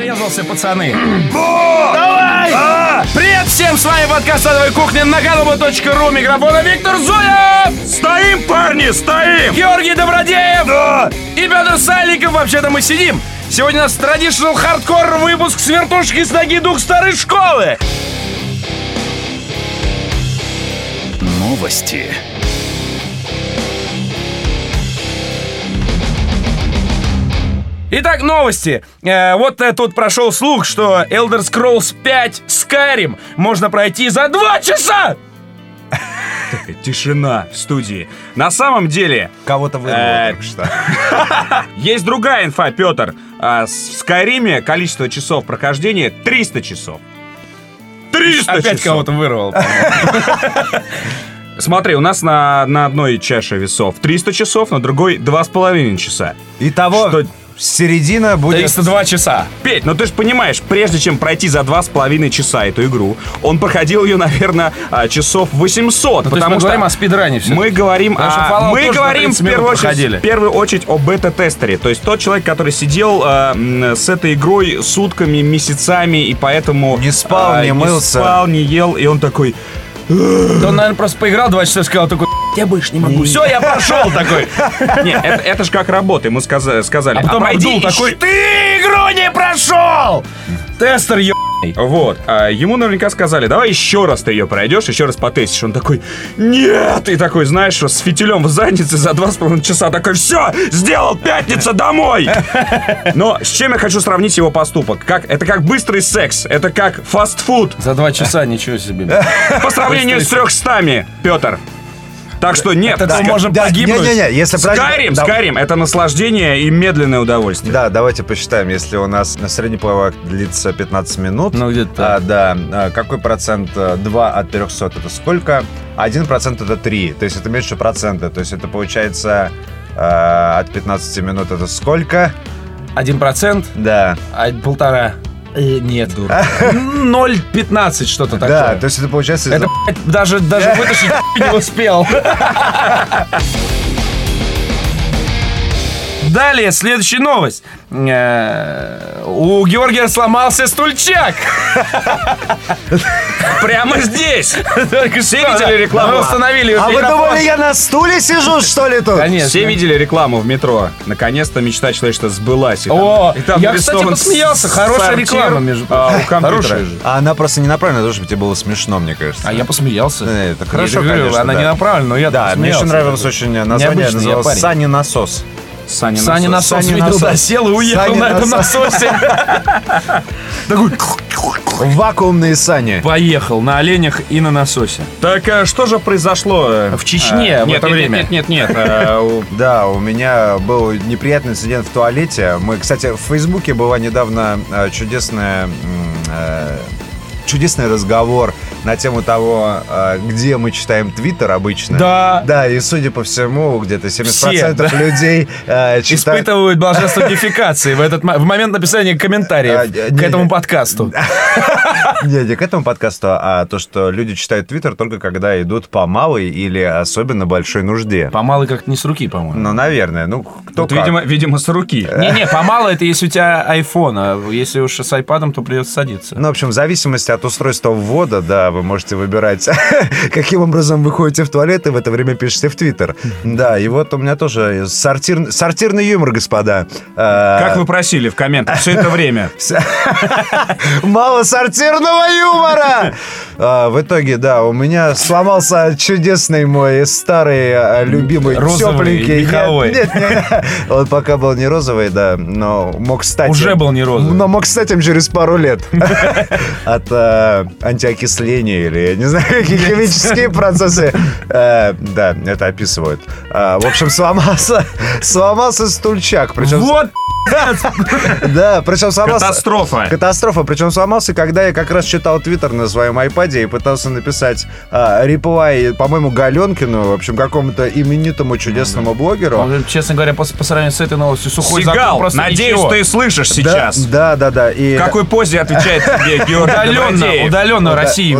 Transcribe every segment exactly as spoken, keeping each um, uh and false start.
Порезался, пацаны. Давай! А! Привет всем, с вами подкаст «Садовая кухня» на канобу точка ру. Микрофона Виктор Зуев. Стоим, парни, стоим! Георгий Добродеев. Да! И Петр Сальников. Вообще-то мы сидим. Сегодня у нас традиционный хардкор выпуск с вертушки с ноги дух старой школы. Новости. Итак, новости. Э, вот э, тут прошел слух, что Elder Scrolls пять Skyrim можно пройти за два часа. Тишина в студии. На самом деле... Кого-то вырвало только что. Есть другая инфа, Петр. В Скайриме количество часов прохождения триста часов. триста Опять часов. кого-то вырвал. Смотри, у нас на, на одной чаше весов триста часов, на другой два с половиной часа. Итого, Что... середина будет... триста два часа. Петь, ну ты же понимаешь, прежде чем пройти за два с половиной часа эту игру, он проходил ее, наверное, часов восемьсот. Ну, потому то есть мы что говорим о спидране все. мы говорим, о, мы говорим в первую, очередь, в первую очередь о бета-тестере. То есть тот человек, который сидел э, с этой игрой сутками, месяцами, и поэтому... Не спал, э, не мылся. Не спал, не ел, и он такой... Да он, наверное, просто поиграл два часа и сказал такой: я больше не могу. Все, я прошел такой. Не, это, это же как работа, ему сказали, сказали. А потом Абдул такой: ты игру не прошел! Тестер, ё... Вот, а ему наверняка сказали: давай еще раз ты ее пройдешь, еще раз потестишь. Он такой: нет! И такой, знаешь, что с фитилем в заднице за два с половиной часа такой: все, сделал, пятница, домой! Но с чем я хочу сравнить его поступок? Как, это как быстрый секс, это как фастфуд. За два часа ничего себе. По сравнению с трехстами, Петр. Так что нет, Это да, мы можем Да, погибнуть. Не-не-не, если Скайрим, да, Скайрим, это наслаждение и медленное удовольствие. Да, давайте посчитаем, если у нас на средний плавок длится пятнадцать минут. Ну, где-то а, да, а, какой процент два от трехсот это сколько? один процент это три, то есть это меньше процента. То есть это получается а, от пятнадцати минут это сколько? Один процент, Да. а полтора. Э, нет, ноль пятнадцать что-то такое. Да, то есть это получается... Это, блядь, даже, даже вытащить не успел. Далее, следующая новость. Э, У Георгия сломался стульчак. Прямо здесь. Только Все что, видели да. рекламу? Мы установили А вы микрофон. думали, я на стуле сижу, что ли, тут? Конечно. Все видели рекламу в метро. Наконец-то мечта человечества сбылась. И там- О, и там я, кстати, нарисован посмеялся. Хорошая сортир, реклама, между а, прочим. у компьютера. Хорошая же. А она просто не направлена, потому что тебе было смешно, мне кажется. А я посмеялся. Э, это Я хорошо, же говорю, конечно, она да. не направлена, но я Да, мне еще нравилось очень название, Необычный я называлось парень. «Саня насос». Саня, Саня насос. насос Саня видел, насос. да, сел и уехал Саня на этом насос. насосе. Такой вакуумные сани. Поехал на оленях и на насосе. Так а, что же произошло? э, В Чечне а, в нет, это нет, время. Нет, нет, нет. нет, а, у- Да, у меня был неприятный инцидент в туалете. Мы, кстати, в Фейсбуке была недавно э, чудесная, м, э, чудесный разговор на тему того, э, где мы читаем Твиттер обычно. Да. Да, и судя по всему, где-то семьдесят процентов Все, людей э, читают... Испытывают блаженство дефекации в, этот, мо- в момент написания комментариев А, к не, этому не. подкасту. Не, не к этому подкасту, а то, что люди читают Твиттер только когда идут по малой или особенно большой нужде. Помало как-то не с руки, по-моему. Ну, наверное. Ну, кто вот, как. видимо, видимо, с руки. Не-не, помало это если у тебя iPhone, а если уж с айпадом, то придется садиться. Ну, в общем, в зависимости от устройства ввода, да, вы можете выбирать, каким образом вы ходите в туалет и в это время пишете в Твиттер. Да, и вот у меня тоже сортир... сортирный юмор, господа. Как вы просили в комментах все это время. Мало сортирного юмора! А, в итоге, да, у меня сломался чудесный мой старый а, любимый Розовый, тепленький. меховой. Нет, нет, нет. Он пока был не розовый, да, но мог стать... Уже был не розовый. Но мог стать им через пару лет. От а, антиокисления или, я не знаю, какие химические процессы. А, да, это описывают. А, в общем, сломался, сломался стульчак. Причем... Вот, Да, причем сломался... Катастрофа. Катастрофа. Причем сломался, когда я как раз читал Твиттер на своем айпаде и пытался написать а, реплай, по-моему, Галенкину, в общем, какому-то именитому чудесному блогеру. Он, честно говоря, по, по сравнению с этой новостью, сухой закон Сигал, просто надеюсь, ничего. ты слышишь сейчас. Да, да, да, да. И... В какой позе отвечает тебе Георгий Удаленно, Добродеев? удаленно Уда- России удаленно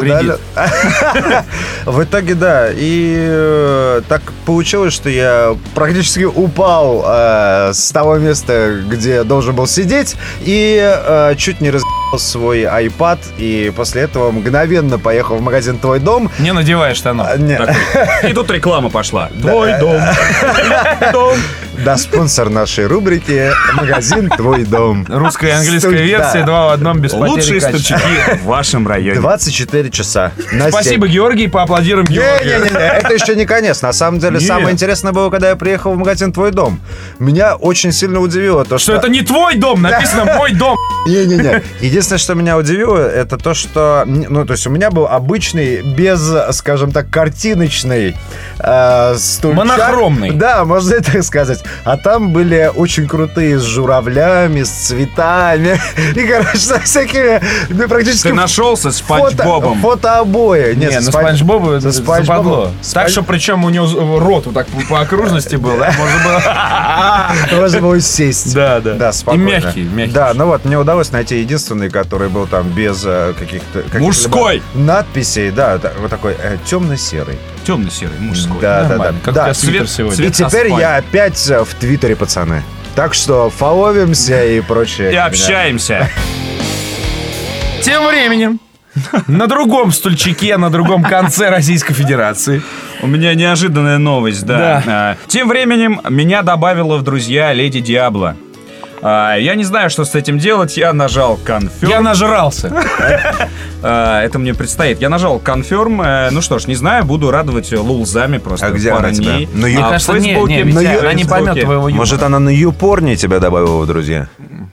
Удалил. В итоге, да. И э, так получилось, что я практически упал э, с того места, где должен был сидеть, и э, чуть не разъебал свой iPad, и после этого мгновенно поехал в магазин «Твой дом». Не надевай штанов. А, не. И тут реклама пошла. Твой дом. Да, спонсор нашей рубрики — магазин «Твой дом». Русская и английская Студия. версия, два в одном, без потери Лучшие качества. стульчики в вашем районе. двадцать четыре часа на Спасибо, семь. Георгий, поаплодируем Георгию. Не-не-не, это еще не конец. На самом деле, Нет. самое интересное было, когда я приехал в магазин «Твой дом». Меня очень сильно удивило то, Что что... это не твой дом, написано «мой дом». Не-не-не. Единственное, что меня удивило, это то, что... Ну, то есть у меня был обычный, без, скажем так, картиночный э, стульчак. Монохромный. Да, можно и так сказать. А там были очень крутые с журавлями, с цветами. И, короче, со всякими... Ну, практически... Ты нашелся с Спанч фото- Бобом. Фотообои. Не, со ну Спанч- Спанч Боба со Спанч западло. Бобом. Так что, причем у него рот вот так по, по окружности был, да? Можно было... Можно было сесть. Да, да. Да, спокойно. И мягкий, мягкий. Да, ну вот, мне удалось найти единственный, который был там без э, каких-то... каких-либо Мужской. надписей. Да, та- вот такой э, темно-серый. Темно-серый, мужской. Да, да, да. Нормально. Как у Да, тебя свитер цвет- сегодня. И цвет- теперь асфальт. я опять э, в Твиттере, пацаны. Так что фоловимся и прочее. И общаемся. Тем временем, на другом стульчике, на другом конце Российской Федерации. У меня неожиданная новость, да. А, Тем временем меня добавила в друзья Леди Диабло. А, Я не знаю, что с этим делать. Я нажал confirm. Я нажрался. А, Это мне предстоит. Я нажал confirm. Э, Ну что ж, не знаю, буду радовать лулзами просто А где пару она тебя? дней. На А Ю- в Мне кажется, не, Фейсбуке, не, в Витя, Фейсбуке. она не поймет твоего юмора. Может, она на Юпорне тебя добавила в друзья?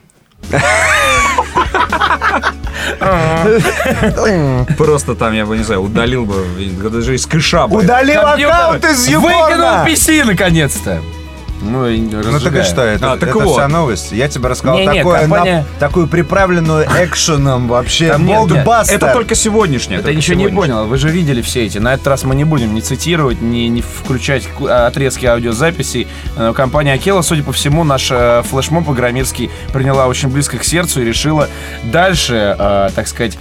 Просто там, я бы не знаю, удалил бы даже из кэша бы. Удалил Компьютер аккаунт из Выкинул Юпорна! пи си наконец-то. Ну, и Ну так и разжигаю. что, это, А, так это вот. вся новость. Я тебе рассказал Не-не, такое, компания- на- такую приправленную экшеном вообще Там нет, нет, болтбастер. Это только сегодняшнее. Ты только ничего не сегодняшнее. понял, вы же видели все эти. На этот раз мы не будем ни цитировать, ни, ни включать ку- отрезки аудиозаписей. Но компания Акела, судя по всему, наш э, флешмоб игромирский приняла очень близко к сердцу и решила дальше, э, так сказать...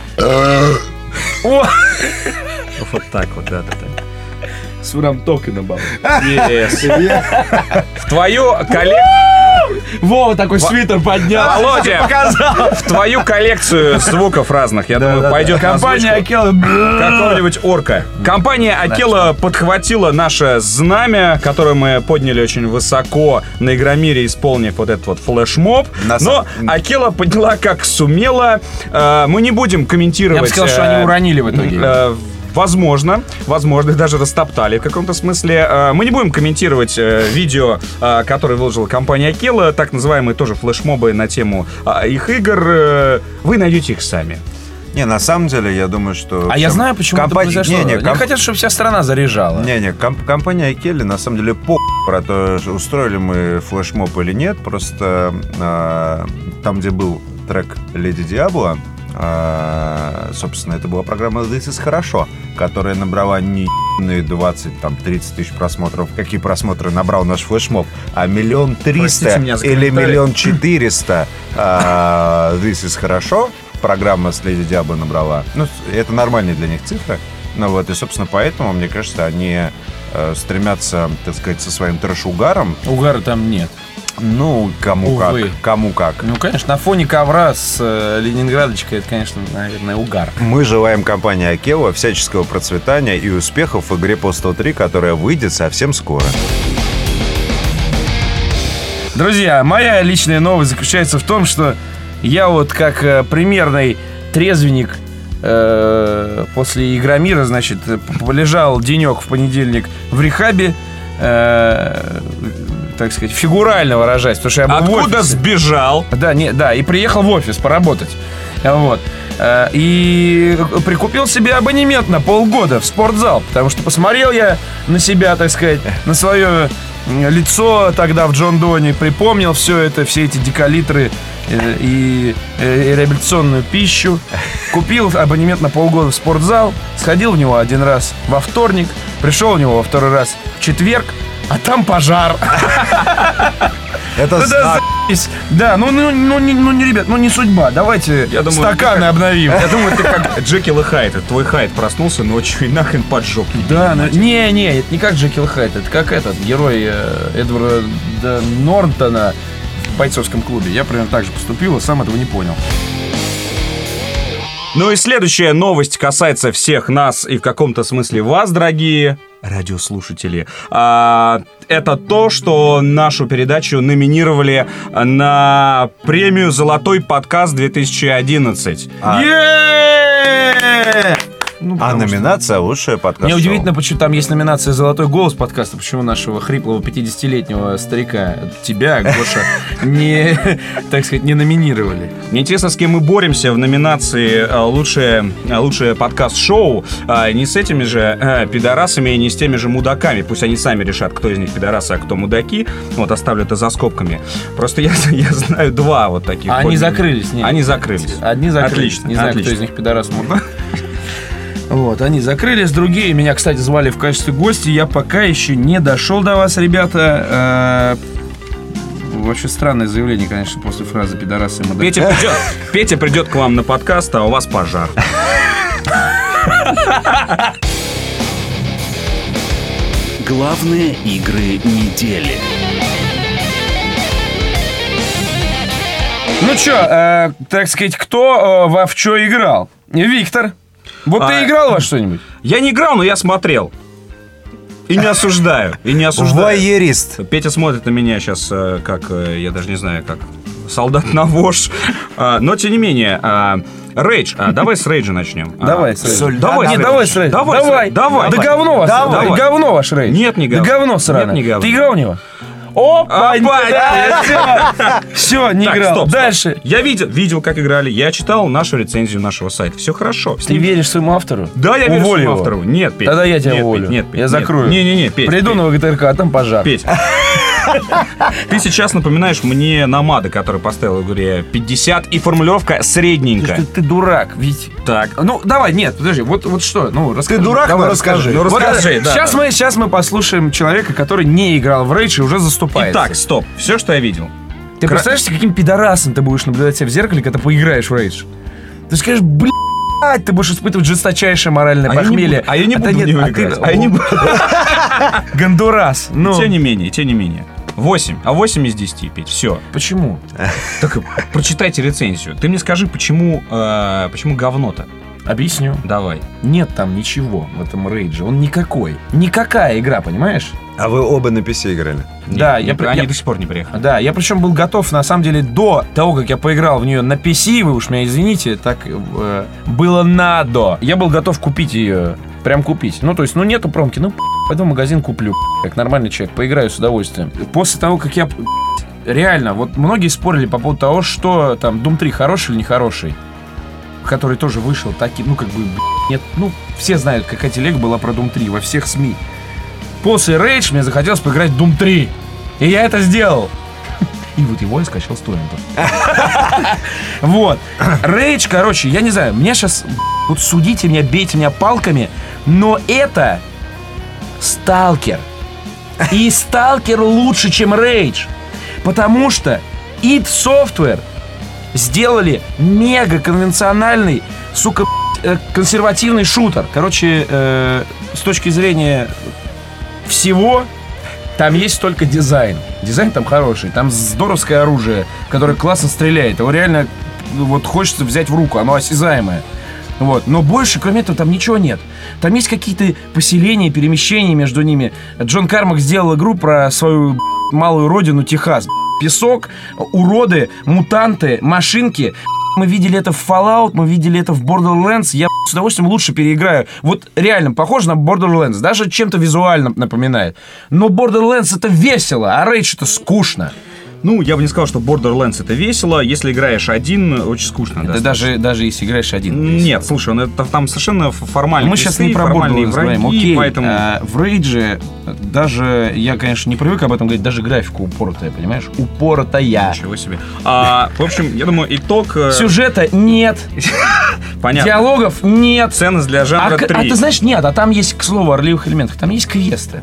О! Вот так вот, да, да, да. Сурам токен баба. Yes. В твою коллекцию... Вова такой свитер поднял. Володя, в твою коллекцию звуков разных, я думаю, пойдет Компания Акела... какого-нибудь орка. Компания Акела подхватила наше знамя, которое мы подняли очень высоко на Игромире, исполнив вот этот вот флешмоб. На Но самом- Акела подняла как сумела. Э, Мы не будем комментировать... Я бы сказал, что э, они уронили в итоге. э, Возможно, возможно, их даже растоптали в каком-то смысле. Э, Мы не будем комментировать э, видео, э, которое выложила компания Акела, так называемые тоже флешмобы на тему э, их игр. Э, Вы найдете их сами. Не, на самом деле, я думаю, что... А я знаю, почему компания... это произошло. Не, не, Они комп- хотят, чтобы вся страна заряжала. Не-не, комп- компания Акели на самом деле по про то, что устроили мы флешмоб или нет. Просто э, там, где был трек Леди Диабло, э, собственно, это была программа This is хорошо, которая набрала не двадцать, там, тридцать тысяч просмотров. Какие просмотры набрал наш флешмоб? А миллион триста Простите меня за или комментарий. миллион четыреста э, This is хорошо. Программа с Леди Диабло набрала. Ну, это нормальные для них цифры. Ну вот, и, собственно, поэтому, мне кажется, они э, стремятся, так сказать, со своим трэш-угаром. Угара там нет. Ну, кому Увы. как. Кому как. Ну, конечно, на фоне ковра с э, Ленинградочкой, это, конечно, наверное, угар. Мы желаем компании Акела всяческого процветания и успехов в игре Postal три, которая выйдет совсем скоро. Друзья, моя личная новость заключается в том, что я вот как э, примерный трезвенник э, после Игромира, значит, э, полежал денек в понедельник в рехабе, э, так сказать, фигурально выражаясь, потому что я был в Откуда офисе. сбежал? Да, не, да, и приехал в офис поработать. Вот. Э, И прикупил себе абонемент на полгода в спортзал, потому что посмотрел я на себя, так сказать, на свое лицо тогда в Джон Доне, припомнил все это, все эти декалитры э, и э, реабилитационную пищу. Купил абонемент на полгода в спортзал, сходил в него один раз во вторник, пришел в него во второй раз в четверг, а там пожар. Это Да, знак. за***сь. Да, ну, ну, ну, не, ну, не, ребят, ну не судьба. Давайте Я думаю, стаканы ты как- обновим. Я думаю, ты как Джекил и Хайд. Это твой Хайд проснулся ночью и нахрен поджег. Да, ну, не, не, это не как Джекил Хайд, это как этот герой э, Эдварда Нортона в бойцовском клубе. Я примерно так же поступил, и сам этого не понял. Ну и следующая новость касается всех нас и в каком-то смысле вас, дорогие радиослушатели. А, это то, что нашу передачу номинировали на премию «Золотой подкаст две тысячи одиннадцать». А, Е-е-е! Ну, а потому что- номинация лучшая подкаст. Мне удивительно, почему там есть номинация «Золотой голос» подкаста, почему нашего хриплого пятидесятилетнего старика, тебя, Гоша, не, так сказать, не номинировали. Мне интересно, с кем мы боремся в номинации а, «Лучшее, а, лучшее подкаст-шоу». А, не с этими же а, пидорасами и не с теми же мудаками. Пусть они сами решат, кто из них пидорасы, а кто мудаки. Вот, оставлю это за скобками. Просто я, я знаю два вот таких. А они более- закрылись, нет? Они закрылись. Одни закрылись. Отлично, Не знаю, отлично. кто из них пидорас. Вот, они закрылись, другие меня, кстати, звали в качестве гостя. Я пока еще не дошел до вас, ребята. Э, Вообще странное заявление, конечно, после фразы «пидорасы и мудаки». Петя придет, Петя придет к вам на подкаст, а у вас пожар. Главные игры недели. Ну чё, э, так сказать, кто э, во в чё играл? Виктор, вот А, ты играл во что-нибудь? Я не играл, но я смотрел. И не осуждаю. И не осуждаю. Вайерист. Петя смотрит на меня сейчас, э, как, э, я даже не знаю, как солдат на вож. А, Но, тем не менее, а, Рейдж. А, Давай с Рейджа начнем. А, Давай, с Рейджа. Давай, Не, с давай Рейджа. с Рейджа. Давай, с Давай, Рейджа. давай. Да говно ваш, Давай. да говно ваш Рейдж. Нет, не говно. Да говно сраное. Нет, не говно. Ты играл в него? Опа, Опа, все, не Так, играл. стоп, стоп. Дальше. Я видел, видел, как играли. Я читал нашу рецензию нашего сайта. Все хорошо. С Ты ним- веришь своему автору? Да, я верю Уволь своему его. автору. Нет, Петь. Тогда я тебя нет, уволю. Петь, нет, Петь, Я нет. закрою. Не-не-не, Петь. Приду Петь. на ВГТРК, а там пожар. Петь, ты сейчас напоминаешь мне Намада, который поставил в игре пятьдесят, и формулировка Ты, средненькая. ты, ты дурак, ведь. Так. Ну, давай, нет, подожди, вот, вот что, ну, расскажи. Ты дурак, давай, ну, расскажи. Ну, Вот, расскажи, э, да, сейчас, да. Мы, сейчас мы послушаем человека, который не играл в Рейдж и уже заступается. Итак, стоп. Все, что я видел. Ты представляешь, каким пидорасом ты будешь наблюдать себя в зеркале, когда ты поиграешь в Рейдж? Ты скажешь, блядь, ты будешь испытывать жесточайшее моральное А я не похмелье. буду- а я не А буду ты в нет, него а ты- играть. А я не буду. Гондурас. Ну, Тем не менее, тем не менее. восемь. А восемь из десяти, Петь. Все. почему? Так, прочитайте рецензию. Ты мне скажи, почему, э, почему говно-то? Объясню. Давай. Нет там ничего в этом Рейдже. Он никакой. Никакая игра, понимаешь? А вы оба на пи си играли? Да, Нет, я не- при- Они я- до сих пор не приехали. Да, я причем был готов, на самом деле, до того, как я поиграл в нее на пи си, вы уж меня извините, так э, было надо. Я был готов купить ее, прям купить. Ну, то есть, ну, нету промки, ну, пойду в магазин куплю, как нормальный человек, поиграю с удовольствием. После того, как я... Реально, вот многие спорили по поводу того, что там Doom три хороший или нехороший, который тоже вышел таким, ну, как бы, нет, ну, все знают, какая телега была про Doom три во всех СМИ. После Rage мне захотелось поиграть в Doom три. И я это сделал. И вот его я скачал с торрентов. Вот. Rage, короче, я не знаю, меня сейчас... Вот судите меня, бейте меня палками, но это Сталкер. И Сталкер лучше, чем Rage. Потому что id Software сделали мега конвенциональный, сука, э, консервативный шутер. Короче, э, с точки зрения всего, там есть только дизайн. Дизайн там хороший, там здоровское оружие, которое классно стреляет. Его реально вот хочется взять в руку, оно осязаемое. Вот. Но больше, кроме этого, там ничего нет. Там есть какие-то поселения, перемещения между ними. Джон Кармак сделал игру про свою малую родину Техас. Песок, уроды, мутанты, машинки. Мы видели это в Fallout, мы видели это в Borderlands. Я с удовольствием лучше переиграю. Вот реально похоже на Borderlands. Даже чем-то визуально напоминает. Но Borderlands это весело, а Rage это скучно. Ну, я бы не сказал, что Borderlands это весело. Если играешь один, очень скучно. Да Да, даже, даже если играешь один. Нет, слушай, он это, там совершенно ф- формальный. Мы сейчас не про формальные Borderlands враги, говорим, окей. поэтому... А, в Рейдже даже, я, конечно, не привык об этом говорить, даже графика упоротая, понимаешь? Упоротая. Ничего себе. А, в общем, я думаю, итог... э, Сюжета нет, Понятно. диалогов нет. Ценность для А, жанра к- а три. ты знаешь, нет, а там есть, к слову, о ролевых элементах, там есть квесты.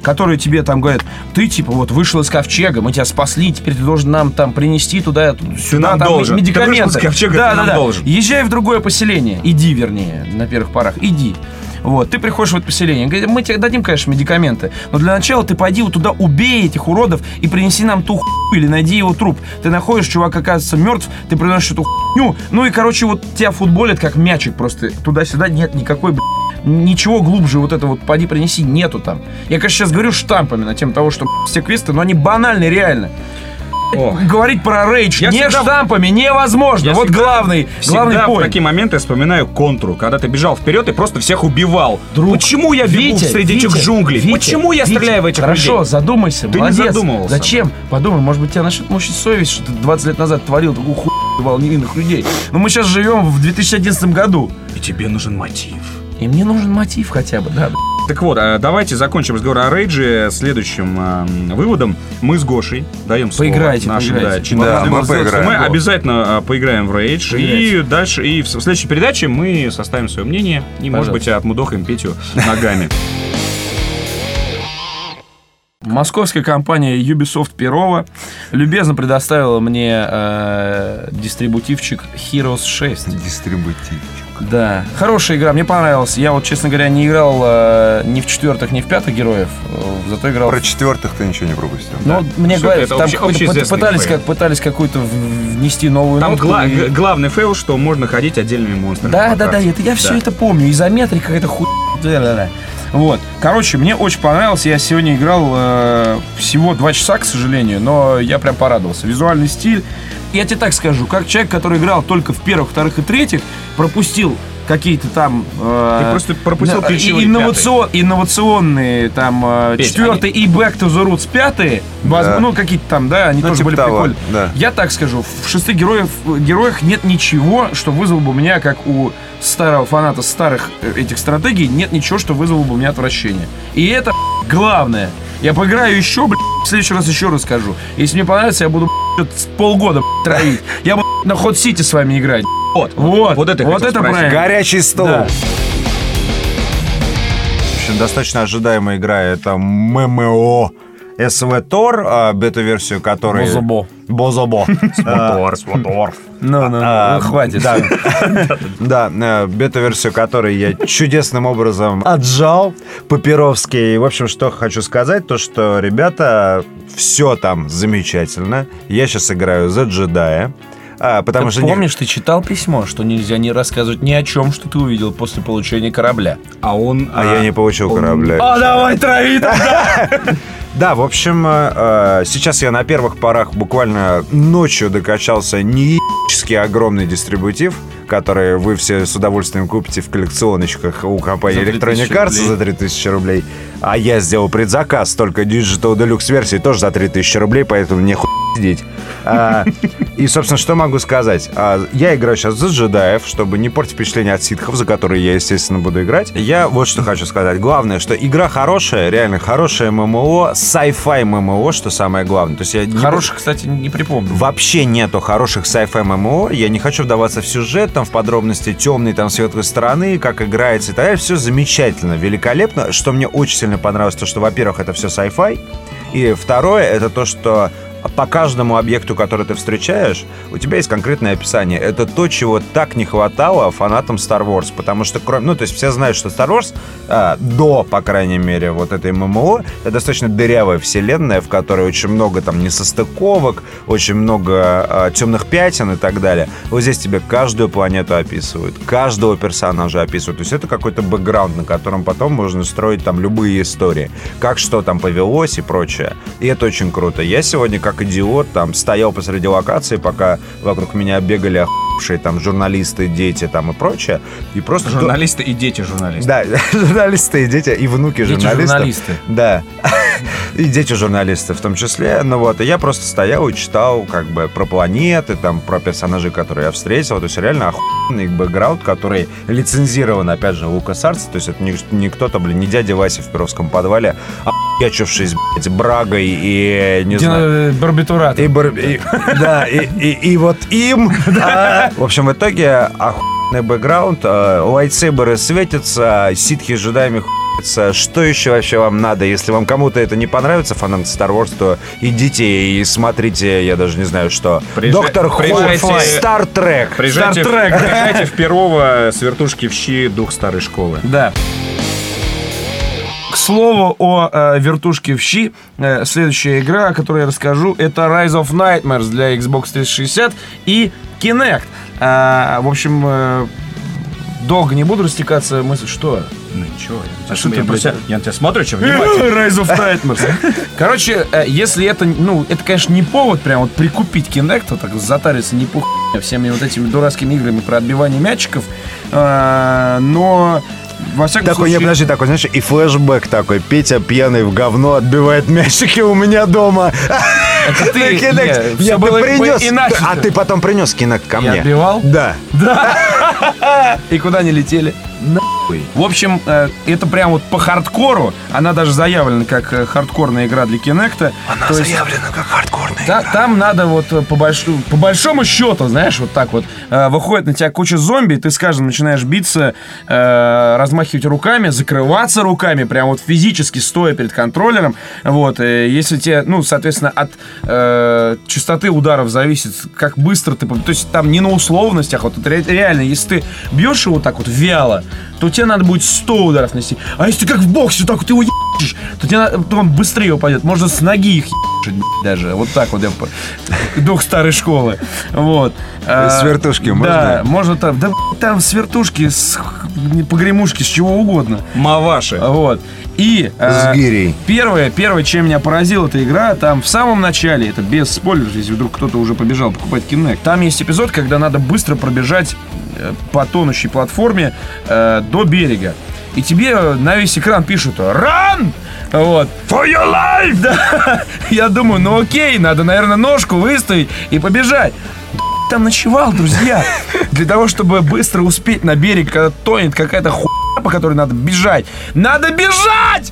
которые тебе там говорят, ты типа вот вышел из ковчега, мы тебя спасли, теперь ты должен нам там принести туда, сюда, нам там должен. медикаменты. Ты вышел из ковчега, да, ты да, нам да. должен. Езжай в другое поселение, иди, вернее, на первых порах, иди. Вот, ты приходишь в это поселение, говорит, мы тебе дадим, конечно, медикаменты, но для начала ты пойди вот туда, убей этих уродов и принеси нам ту хуйню или найди его труп. Ты находишь, чувак оказывается мертв, ты приносишь эту хуйню, ну и, короче, вот тебя футболят как мячик просто туда-сюда, нет никакой, блядь, ничего глубже вот это вот пойди принеси, нету там. Я, конечно, сейчас говорю штампами на тему того, что блядь, все квесты, но они банальны реально. О. Говорить про рейдж Я не всегда... штампами невозможно. Я вот всегда, главный, главный всегда в point. такие моменты вспоминаю контру, когда ты бежал вперед и просто всех убивал. Друг, Почему я бегу Витя, среди Витя, этих джунглей? Витя, Почему я Витя, стреляю в этих хорошо, людей? задумайся, Ты молодец. не задумывался. Зачем? Подумай, может быть, тебя начнет мучить совесть, что ты двадцать лет назад творил такую хуйню, убивал невинных людей. Но мы сейчас живем в две тысячи одиннадцатом году. И тебе нужен мотив. И мне нужен мотив хотя бы, да. Так вот, давайте закончим разговор о рейдже следующим э, выводом. Мы с Гошей даем слово Поиграйте, нашим поиграйте. да, чемпионам. Да, мы поиграем. Мы обязательно э, поиграем в рейдж. Поиграйте. И дальше, и в следующей передаче мы составим свое мнение. И, может быть, отмудохаем Петю ногами. Московская компания Ubisoft Перова любезно предоставила мне э, дистрибутивчик Heroes шесть. Дистрибутивчик. Да, хорошая игра, мне понравилась. Я вот, честно говоря, не играл э, ни в четвертых, ни в пятых героев, э, зато играл... Про четвертых ты ничего не пропустил. Ну, мне Всё, говорят, это там обще- какой-то общеизвестный пытались, фейл. как, пытались какую-то в- внести новую Там нотку. гла- и- г- главный фейл, что можно ходить отдельными монстрами. Да, по да, да, карте. это, я все Да. это помню. Изометрия какая-то хуй... Да, да, да. Вот. Короче, мне очень понравилось. Я сегодня играл э, всего два часа, к сожалению, но я прям порадовался. Визуальный стиль. Я тебе так скажу, как человек, который играл только в первых, вторых и третьих, пропустил какие-то там... Э, Ты просто пропустил да, ключевые инновацион- инновационные там э, Петь, четвертый и Back to the Roots пятые. Да. Ну, какие-то там, да, они Ну, тоже типа были того, прикольные. да. Я так скажу, в шести героев, героях нет ничего, что вызвало бы у меня, как у старого фаната старых э, этих стратегий, нет ничего, что вызвало бы у меня отвращение. И это главное. Я поиграю еще, блядь, в следующий раз еще расскажу. Если мне понравится, я буду, блядь, полгода, блядь, травить. Я буду на Hot City с вами играть. Вот, Вот, вот это я вот хотел это спросить. правильно. Горячий стол. Да. В общем, достаточно ожидаемая игра. Это эм эм о эс ви Тор, а, бета-версию которой... Бозобо. Бозобо. Сватор, сватор. Ну, ну, А, ну, хватит. Да, да, э, бета-версию которой я чудесным образом отжал по-перовски. И, в общем, что хочу сказать, то, что, ребята, все там замечательно. Я сейчас играю за джедая. А, потому Ты что не- помнишь, ты читал письмо, что нельзя не рассказывать ни о чем, что ты увидел после получения корабля? А он... А я не получил корабля. А давай трави тогда! Да, в общем, э, сейчас я на первых порах буквально ночью докачался неебически огромный дистрибутив, который вы все с удовольствием купите в коллекционочках у компании За три Electronic тысячи Arts рублей. за три тысячи рублей. А я сделал предзаказ, только Digital Deluxe версии тоже за три тысячи рублей, поэтому не хуй сидеть. А, и, собственно, что могу сказать? А, я играю сейчас за джедаев, чтобы не портить впечатление от ситхов, за которые я, естественно, буду играть. Я вот что хочу сказать. Главное, что игра хорошая, реально хорошая эм эм о, sci-fi эм эм о, что самое главное. То есть я не Хороших, кстати, не припомню. Вообще нету хороших sci-fi эм эм о. Я не хочу вдаваться в сюжет, там, в подробности темной, там, светлой стороны, как играется и так далее. Все замечательно, великолепно. Что мне очень сильно понравилось, то, что, во-первых, это все sci-fi. И второе, это то, что по каждому объекту, который ты встречаешь, у тебя есть конкретное описание. Это то, чего так не хватало фанатам Star Wars. Потому что, кроме... Ну, то есть все знают, что Star Wars а, до, по крайней мере, вот этой эм эм о, это достаточно дырявая вселенная, в которой очень много там несостыковок, очень много а, темных пятен и так далее. Вот здесь тебе каждую планету описывают, каждого персонажа описывают. То есть это какой-то бэкграунд, на котором потом можно строить там любые истории. Как что там повелось и прочее. И это очень круто. Я сегодня, как идиот, там стоял посреди локации, пока вокруг меня бегали охуевшие там журналисты, дети там и прочее. И просто... Журналисты и дети журналисты. Да, журналисты и дети, и внуки Дети журналистов. журналисты. Да. И дети журналисты в том числе. Ну вот, и я просто стоял и читал как бы про планеты, там, про персонажей, которые я встретил. То есть реально охуенный бэкграунд, который лицензирован, опять же, LucasArts. То есть это не, не кто-то, блин, не дядя Вася в Перовском подвале, а ячившись, блядь, брагой и, не знаю... Барбитуратор. И, бар- и- да, и, и- и вот им. А, в общем, в итоге охуенный бэкграунд, э, лайтсейберы светятся, ситхи с джедаями Что еще вообще вам надо? Если вам кому-то это не понравится, фанат Star Wars, то идите и смотрите, я даже не знаю что. Приезжай- Доктор Ху, приезжайте- Star Trek. Приезжайте, Star Trek. приезжайте в Перово с вертушки в щи, дух старой школы. Да. К слову о э, вертушке в щи, э, следующая игра, о которой я расскажу, это Rise of Nightmares для Xbox триста шестьдесят и Kinect. А, в общем, э, долго не буду растекаться мысль, что... Ну ничего, я, А что ты, я, блядь? я, я на тебя смотрю, чем внимательно. Rise of Nightmares. Короче, э, если это, ну, это, конечно, не повод прям вот прикупить Kinect, вот так затариться не по хуйне всеми вот этими дурацкими играми про отбивание мячиков, э, но... Во всяком Такой, случае... не, подожди, такой, знаешь, и флешбэк такой. Петя пьяный в говно отбивает мячики у меня дома. Это ты, На Kinect. не, Я всё бы было бы принес. иначе. А ты потом принес Kinect ко Я мне. отбивал? Да. И куда они летели? Нахуй. В общем, э, это прям вот по хардкору. Она даже заявлена как э, хардкорная игра для Kinect. Она заявлена как хардкорная Та- игра. там надо вот э, по, большому, по большому счету, знаешь, вот так вот э, выходит на тебя куча зомби, ты, скажем, начинаешь биться, э, размахивать руками, закрываться руками, прям вот физически стоя перед контроллером. Вот, э, если тебе, ну, соответственно, от э, частоты ударов зависит, как быстро ты... То есть там не на условностях, вот это ре- реально, если ты бьешь его так вот вяло, то тебе надо будет сто ударов нести. А если ты как в боксе, так вот его ебашишь, то тебе надо, то он быстрее упадет. Можно с ноги их ебашить, даже. Вот так вот я по- дух старой школы. Вот. С вертушки можно? Да, можно там. Да там с вертушки, с погремушки, с чего угодно. Маваши. Вот. И С э, гирей. первое, первое, чем меня поразила эта игра, там в самом начале, это без спойлеров, если вдруг кто-то уже побежал покупать Kinect, там есть эпизод, когда надо быстро пробежать э, по тонущей платформе э, до берега. И тебе на весь экран пишут «Run!» Вот. For your life! Да. Я думаю, ну окей, надо, наверное, ножку выставить и побежать. Там ночевал, друзья. Для того, чтобы быстро успеть на берег, когда тонет какая-то хуйня, по которой надо бежать. Надо бежать!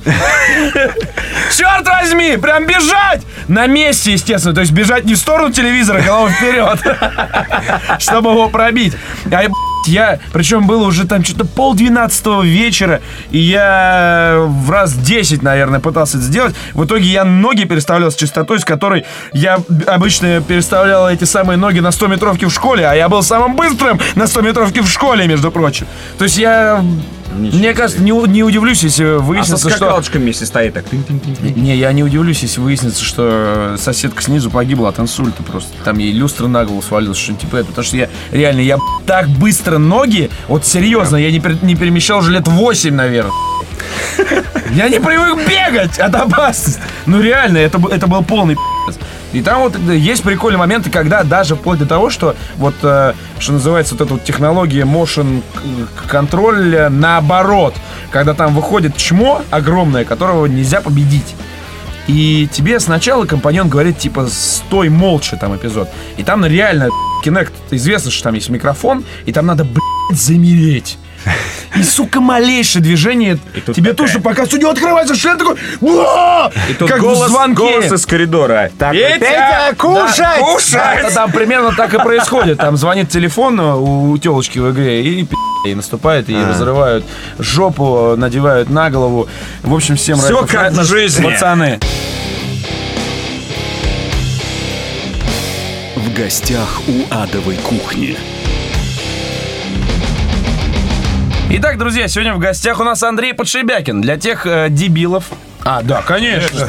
Черт возьми, прям бежать! На месте, естественно. То есть бежать не в сторону телевизора, головой вперед. Чтобы его пробить. А я, причем было уже там что-то полдвенадцатого вечера, и я в раз десять, наверное, пытался это сделать. В итоге я ноги переставлял с частотой, с которой я обычно переставлял эти самые ноги на сто-метровке в школе, а я был самым быстрым на сто-метровке в школе, между прочим. То есть я... Ничего Мне себе. кажется, не, не удивлюсь, если А со выяснится, что... скакалочкой вместе стоит так. Тынь-тынь-тынь. Не, я не удивлюсь, если выяснится, что соседка снизу погибла от инсульта просто. Там ей люстра на голову свалилась, что-нибудь типа этого. Потому что я реально, я так быстро ноги, вот серьезно, я не, пер- не перемещал уже лет восемь, наверное. Я не привык бегать от опасности. Ну реально, это, б- это был полный пи***ц. И там вот есть прикольные моменты, когда даже вплоть до того, что вот, э, что называется, вот эта вот технология motion контроля наоборот. Когда там выходит чмо огромное, которого нельзя победить. И тебе сначала компаньон говорит, типа, стой молча, там, эпизод. И там ну, реально, Kinect, известно, что там есть микрофон, и там надо, блядь, замереть. И, сука, малейшее движение тут тебе такая- тут же, пока судья открывается, шлем такой, «Уа!» И тут как голос, в звонке. голос из коридора. Так, Петя, Петя, кушать! Да, кушать! да, там примерно так и происходит. Там звонит телефон у, у телочки в игре, и пи***, и наступает, и разрывают жопу, надевают на голову. В общем, всем Всё Rise of как в Nightmares, жизни. пацаны. В гостях у адовой кухни. Итак, друзья, сегодня в гостях у нас Андрей Подшибякин. Для тех э, дебилов... А, да, конечно.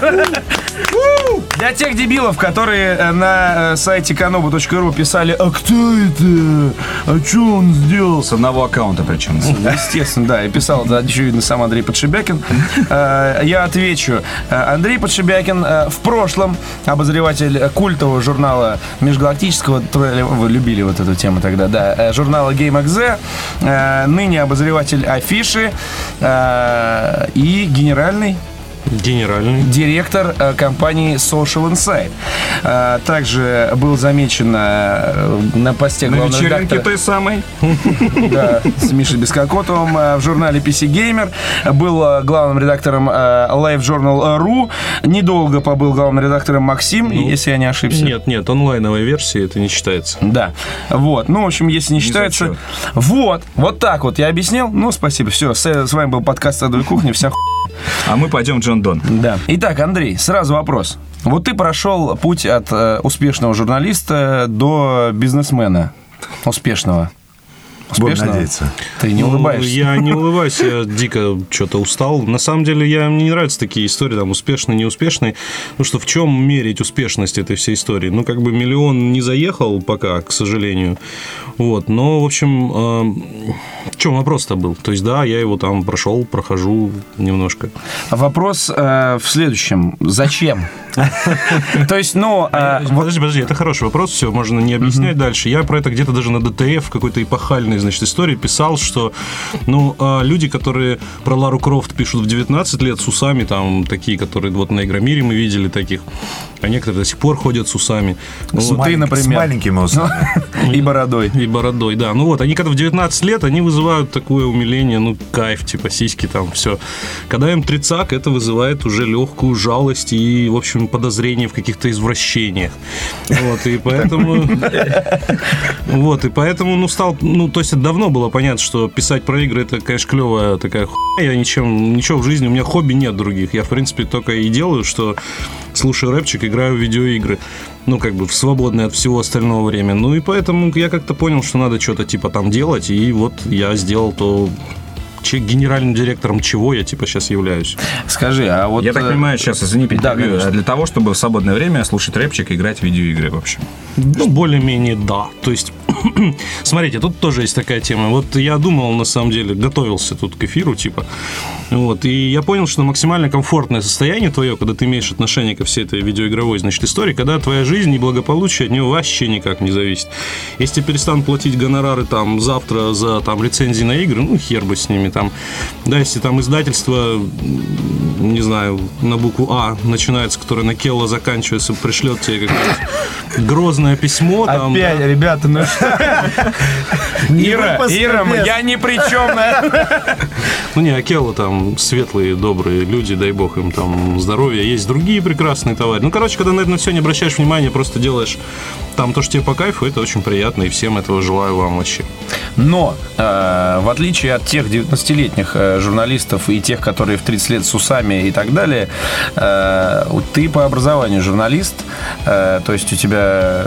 Для тех дебилов, которые э, на э, сайте канобу точка ру писали, а кто это? А что он сделал? С одного аккаунта причем. Естественно, да, и писал, да, очевидно, сам Андрей Подшибякин. Э, Я отвечу. Э, Андрей Подшибякин э, в прошлом обозреватель культового журнала межгалактического, вы любили вот эту тему тогда, да, э, журнала GameXZ, э, ныне обозреватель Афиши э, и генеральный Генеральный директор э, компании Social Insight. Э, также был замечен э, на посте На главного вечеринке редактора, той самой. да, с Мишей Бескокотовым э, в журнале пи си Gamer. Был э, главным редактором э, Live Journal точка ру. Недолго побыл главным редактором Максим, Ну, если я не ошибся. Нет, нет, онлайновая версия, это не считается. Да, вот, ну, в общем, если не считается... зачет. Вот, вот так вот я объяснил. Ну, спасибо, все, с, с вами был подкаст «Адовой кухни», вся хуйня. А мы пойдем в Джон Дон. Да. Итак, Андрей, сразу вопрос. Вот ты прошел путь от э, успешного журналиста до бизнесмена успешного. Будем Успешного? надеяться. Ты не Ну, улыбаешься. Я не улыбаюсь, я дико что-то устал. На самом деле, я, мне не нравятся такие истории, там, успешные, неуспешные. Ну, что в чем мерить успешность этой всей истории? Ну, как бы миллион не заехал пока, к сожалению. Вот, но, в общем, э, в чем вопрос-то был? То есть, да, я его там прошел, прохожу немножко. Вопрос э, в следующем. Зачем? То есть, ну... э, вот- Подожди, подожди, это хороший вопрос, все, можно не объяснять дальше. Я про это где-то даже на ДТФ какой-то эпохальной, значит, истории писал, что, ну, а, люди, которые про Лару Крофт пишут в девятнадцать лет с усами, там, такие, которые вот на Игромире мы видели таких, а некоторые до сих пор ходят с усами. Ну, С вот, Ты, например. С маленькими усами. И бородой. и бородой, да. Ну вот, они когда в девятнадцать лет, они вызывают такое умиление, ну, кайф, типа, сиськи там, все. Когда им тридцак, это вызывает уже легкую жалость и, в общем, подозрение в каких-то извращениях. Вот, и поэтому... Вот, и поэтому, ну, стал... Ну, то есть, это давно было понятно, что писать про игры, это, конечно, клевая такая хуйня. Я ничем, ничего в жизни, у меня хобби нет других. Я, в принципе, только и делаю, что слушаю рэпчик, играю в видеоигры. Ну, как бы в свободное от всего остального время. Ну, и поэтому я как-то понял, что надо что-то типа там делать. И вот я сделал то, че- генеральным директором чего я типа сейчас являюсь. Скажи, а вот... Я так э, понимаю, сейчас, извини, Да, перебью, конечно. для того, чтобы в свободное время слушать рэпчик и играть в видеоигры, в общем. Ну, более-менее да. То есть, смотрите, тут тоже есть такая тема. Вот я думал, на самом деле, готовился тут к эфиру, типа. Вот, и я понял, что максимально комфортное состояние твое, когда ты имеешь отношение ко всей этой видеоигровой, значит, истории, когда твоя жизнь и благополучие от нее вообще никак не зависит. Если тебе перестанут платить гонорары там завтра за там рецензии на игры, ну, хер бы с ними там. Да, если там издательство, не знаю, на букву А начинается, которое на Келла заканчивается, пришлет тебе какое-то грозное письмо. Там, Опять, да. ребята, ну... Ира, выпуск Ира, без. я ни при чем, да? Ну не, Акелла там светлые, добрые люди, дай бог им там здоровья. Есть другие прекрасные товарищи. Ну, короче, когда на это все не обращаешь внимания, просто делаешь там то, что тебе по кайфу, это очень приятно, и всем этого желаю вам вообще. Но, э, в отличие от тех девятнадцатилетних э, журналистов и тех, которые в тридцать лет с усами и так далее, э, ты по образованию журналист, э, то есть у тебя...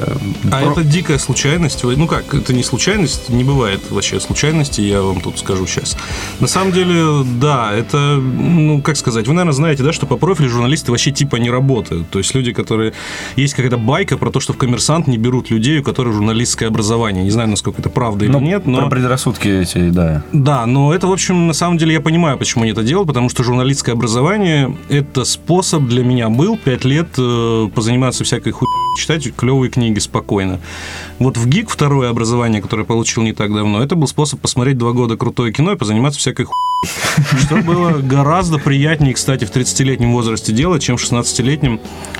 А про- это дикая случайность. Вы- Ну как, это не случайность, не бывает вообще случайности, я вам тут скажу сейчас. На самом деле, да, это, ну, как сказать, вы, наверное, знаете, да, что по профилю журналисты вообще типа не работают. То есть люди, которые... Есть какая-то байка про то, что в «Коммерсант» не берут людей, у которых журналистское образование. Не знаю, насколько это правда или ну, нет, но... Про предрассудки эти, да. Да, но это, в общем, на самом деле я понимаю, почему они это делают, потому что журналистское образование – это способ для меня был пять лет э, позаниматься всякой хуйней, читать клевые книги спокойно. Вот в ГИК второе образование, которое я получил не так давно, это был способ посмотреть два года крутое кино и позаниматься всякой хуйней. Что было гораздо приятнее, кстати, в тридцатилетнем возрасте делать, чем в шестнадцатилетнем.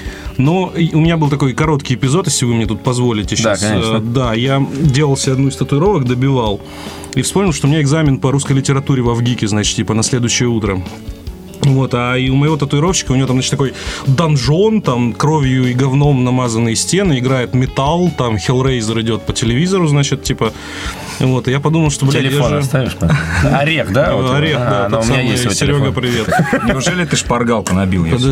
Но и у меня был такой короткий эпизод, если вы мне тут позволите сейчас. Да, конечно. Э, Да, я делал себе одну из татуировок, добивал. И вспомнил, что у меня экзамен по русской литературе во ВГИКе, значит, типа на следующее утро. Вот, а и у моего татуировщика, у него там, значит, такой донжон, там, кровью и говном намазанные стены, играет металл, там, Hellraiser идет по телевизору, значит, типа, вот, и я подумал, что, блядь, Телефон я же... оставишь? Орех, да? вот? Орех, да, А, ну, тот у меня самый. есть его Серега, телефон. привет. Неужели ты шпаргалку набил? Я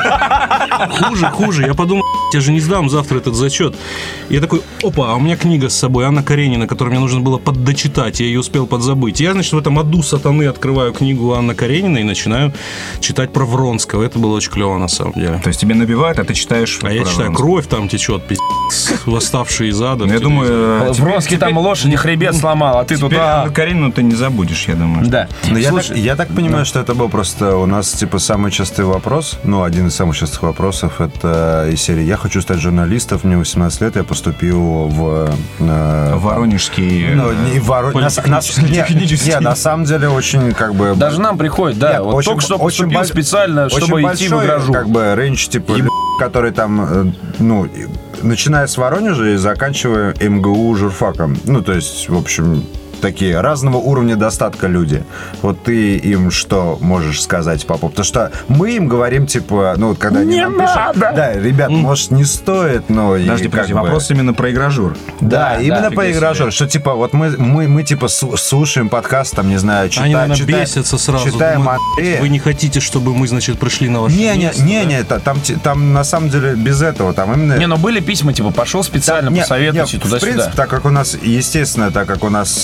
Да Хуже, хуже. Я подумал, я же не сдам завтра этот зачет. Я такой, опа, а у меня книга с собой, Анна Каренина, которую мне нужно было поддочитать, я ее успел подзабыть. Я, значит, в этом аду сатаны открываю книгу Анны Каренина и начинаю читать про Вронского. Это было очень клево, на самом деле. То есть тебе набивают, а ты читаешь... А я про читаю, Вронского. кровь там течет, пиздец, восставшие из ада. Ну, я думаю... э, тебе- Вронский там теперь- лошади хребет сломал, а ты тут... Теперь а. Анну Каренину ты не забудешь, я думаю. Да. Ну, я, Слушай, так, я так понимаю, что это был просто у нас, типа, самый частый вопрос, ну, один из самых частых вопросов, это из серии «Я хочу стать журналистом, мне восемнадцать лет, я поступил в... Э, Воронежский... Ну, не, Воро... на, на, не, не, на самом деле очень как бы... Даже нам приходит, да, Нет, вот очень, только что очень поступил боль... специально, очень чтобы большой, идти в игражур. Как бы рейндж, типа, Еб... который там, ну, начиная с Воронежа и заканчивая МГУ журфаком. Ну, то есть, в общем... такие разного уровня достатка люди. Вот ты им что можешь сказать по поводу? Потому что мы им говорим, типа, ну, вот когда они не нам пишут, надо! да, ребят, может, не стоит, но... Подожди, и, подожди, как бы... вопрос именно про игражур. Да, Да, именно да, по игражур, что, типа, вот мы, мы, мы типа, слушаем подкаст, там, не знаю, читаем... Они, наверное, читаем, бесятся сразу. Читаем Думают, Андрея. вы не хотите, чтобы мы, значит, пришли на ваше Не, не, место, не, да? не, та- там, те- там на самом деле без этого, там именно... Не, но были письма, типа, пошел специально, Не, посоветуйся не, в туда-сюда. принципе, так как у нас, естественно, так как у нас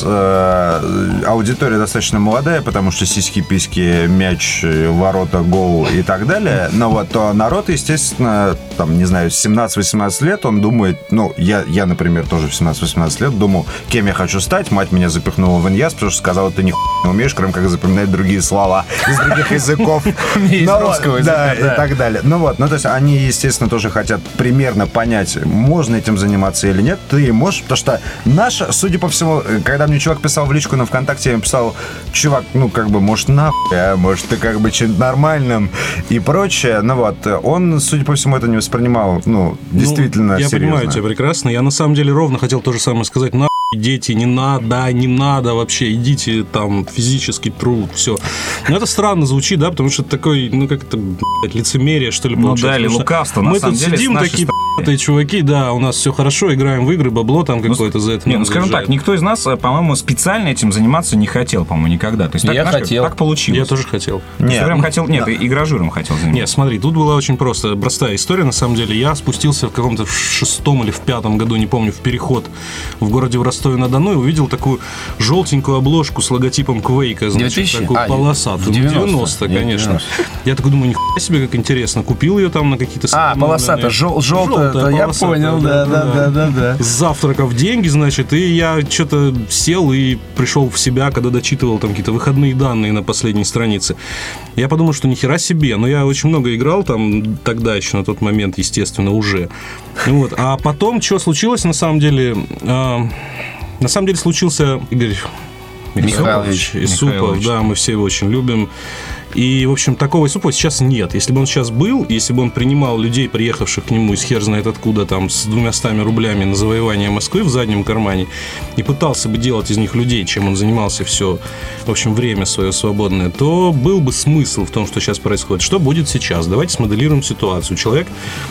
э, аудитория достаточно молодая, потому что сиськи, письки, мяч, ворота, гол и так далее, но вот то народ, естественно, там, не знаю, с семнадцать-восемнадцать лет, он думает, ну, я, я, например, тоже в семнадцать-восемнадцать лет думал, кем я хочу стать, мать меня запихнула в иньяс, потому что сказала, ты нихуя не умеешь, кроме как запоминать другие слова из других языков. Из русского языка, Да, и так далее. Ну вот, ну то есть они, естественно, тоже хотят примерно понять, можно этим заниматься или нет. Ты можешь, потому что наша, судя по всему, когда мне чувак писал в личку на ВКонтакте, я ему писал, чувак, ну как бы, может, нахуй, а может, ты как бы чем-то нормальным и прочее. Ну вот, он, судя по всему, это не воспринимал, ну, действительно Ну, я серьезно. понимаю тебя прекрасно. Я на самом деле ровно хотел то же самое сказать. На дети, не надо, не надо вообще, идите там, физический труд, все. Но это странно звучит, да, потому что это такой, ну, как это, блядь, лицемерие, что ли, Ну получается. да, или Потому что лукавство, на мы самом тут деле, с сидим нашей такие стороны. пи***тые чуваки, да, у нас все хорошо, играем в игры, бабло там какое-то за это Не, нам ну скажем заезжает. так, никто из нас, по-моему, специально этим заниматься не хотел, по-моему, никогда. То есть так, Я знаешь, хотел. так получилось. Я тоже хотел. Ты Нет, прям ну, хотел, нет, ты игражуром хотел заниматься. Нет, смотри, тут была очень просто, простая история, на самом деле. Я спустился в каком-то в шестом или в пятом году, не помню, в переход в городе в Ростове-на-Дону и увидел такую желтенькую обложку с логотипом Квейка, значит, две тысячи? такую А, полосатую. в девяносто. девяносто, Я конечно. девяносто. Я такой думаю, нихуя себе, как интересно. Купил ее там на какие-то... А, сэкономленные- полосатая, жел- желтая, Желтая, это я полосатая, понял, да, да, да, да, да. С завтраков деньги, значит, и я что-то сел и пришел в себя, когда дочитывал там какие-то выходные данные на последней странице. Я подумал, что нихера себе, но я очень много играл там тогда еще, на тот момент, естественно, уже. Ну вот. А потом, что случилось, на самом деле... а, на самом деле случился Игорь Михайлович Исупов, Михайлович. да, мы все его очень любим. И, в общем, такого Исупова сейчас нет. Если бы он сейчас был, если бы он принимал людей, приехавших к нему из хер знает откуда, там, с двумястами рублями на завоевание Москвы в заднем кармане, и пытался бы делать из них людей, чем он занимался все, в общем, время свое свободное, то был бы смысл в том, что сейчас происходит. Что будет сейчас? Давайте смоделируем ситуацию. Человек...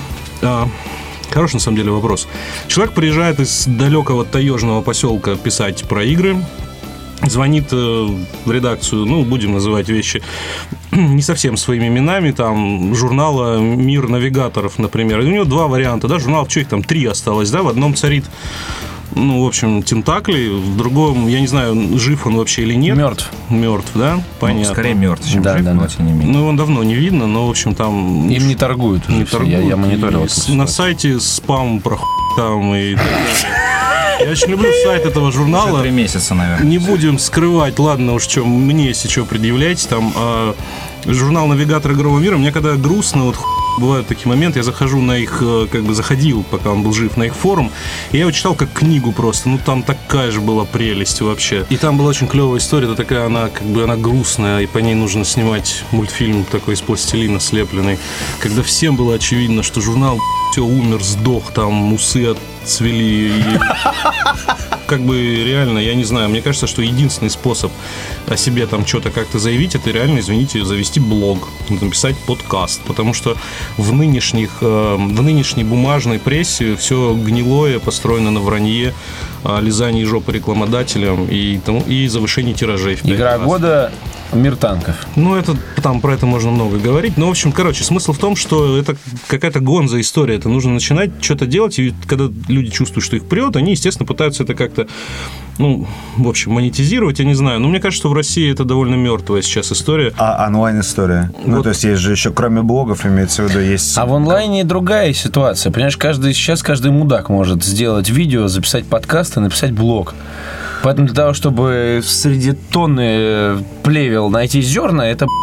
а, Хороший, на самом деле, вопрос. Человек приезжает из далекого таежного поселка писать про игры, звонит э, в редакцию, ну, будем называть вещи не совсем своими именами, там, журнала «Мир навигаторов», например. И у него два варианта, да, журнал, что их там, три осталось, да, в одном царит, ну, в общем, тентакли, в другом, я не знаю, жив он вообще или нет. Мертв. Мертв, да, понятно. Ну, скорее мертв, чем Да, жив, да, но да. тем не менее. Ну, его давно не видно, но, в общем, там... Им не торгуют уже не все. торгуют. Я, я мониторил И эту с- ситуацию. на сайте спам про хуй там и так далее. Я очень люблю сайт этого Уже журнала. три месяца, наверное. Не будем скрывать, ладно уж, что мне, если что, предъявляете, там а, журнал «Навигатор игрового мира». Мне когда грустно, вот хуй, бывают такие моменты, я захожу на их, э, как бы заходил, пока он был жив, на их форум, и я его читал как книгу просто, ну там такая же была прелесть вообще. И там была очень клевая история, это такая, она как бы, она грустная, и по ней нужно снимать мультфильм такой из пластилина слепленный, когда всем было очевидно, что журнал все умер, сдох, там усы отцвели, и как бы реально, я не знаю, мне кажется, что единственный способ о себе там что-то как-то заявить, это реально, извините, завести блог, написать подкаст, потому что в нынешних, э, в нынешней бумажной прессе все гнилое построено на вранье, э, лизании жопы рекламодателям и, тому, и завышении тиражей. в пять Игра раз. года «Мир танков». Ну, это там про это можно много говорить. Но, в общем, короче, смысл в том, что это какая-то гонза история. Это нужно начинать что-то делать, и когда люди чувствуют, что их прет, они, естественно, пытаются это как-то, ну, в общем, монетизировать, я не знаю. Но мне кажется, что в России это довольно мертвая сейчас история. А онлайн-история? Ну, Вот. то есть есть же еще, кроме блогов, имеется в виду, есть... А в онлайне другая ситуация. Понимаешь, каждый, сейчас каждый мудак может сделать видео, записать подкаст и написать блог. Поэтому для того, чтобы среди тонны плевел найти зерна, это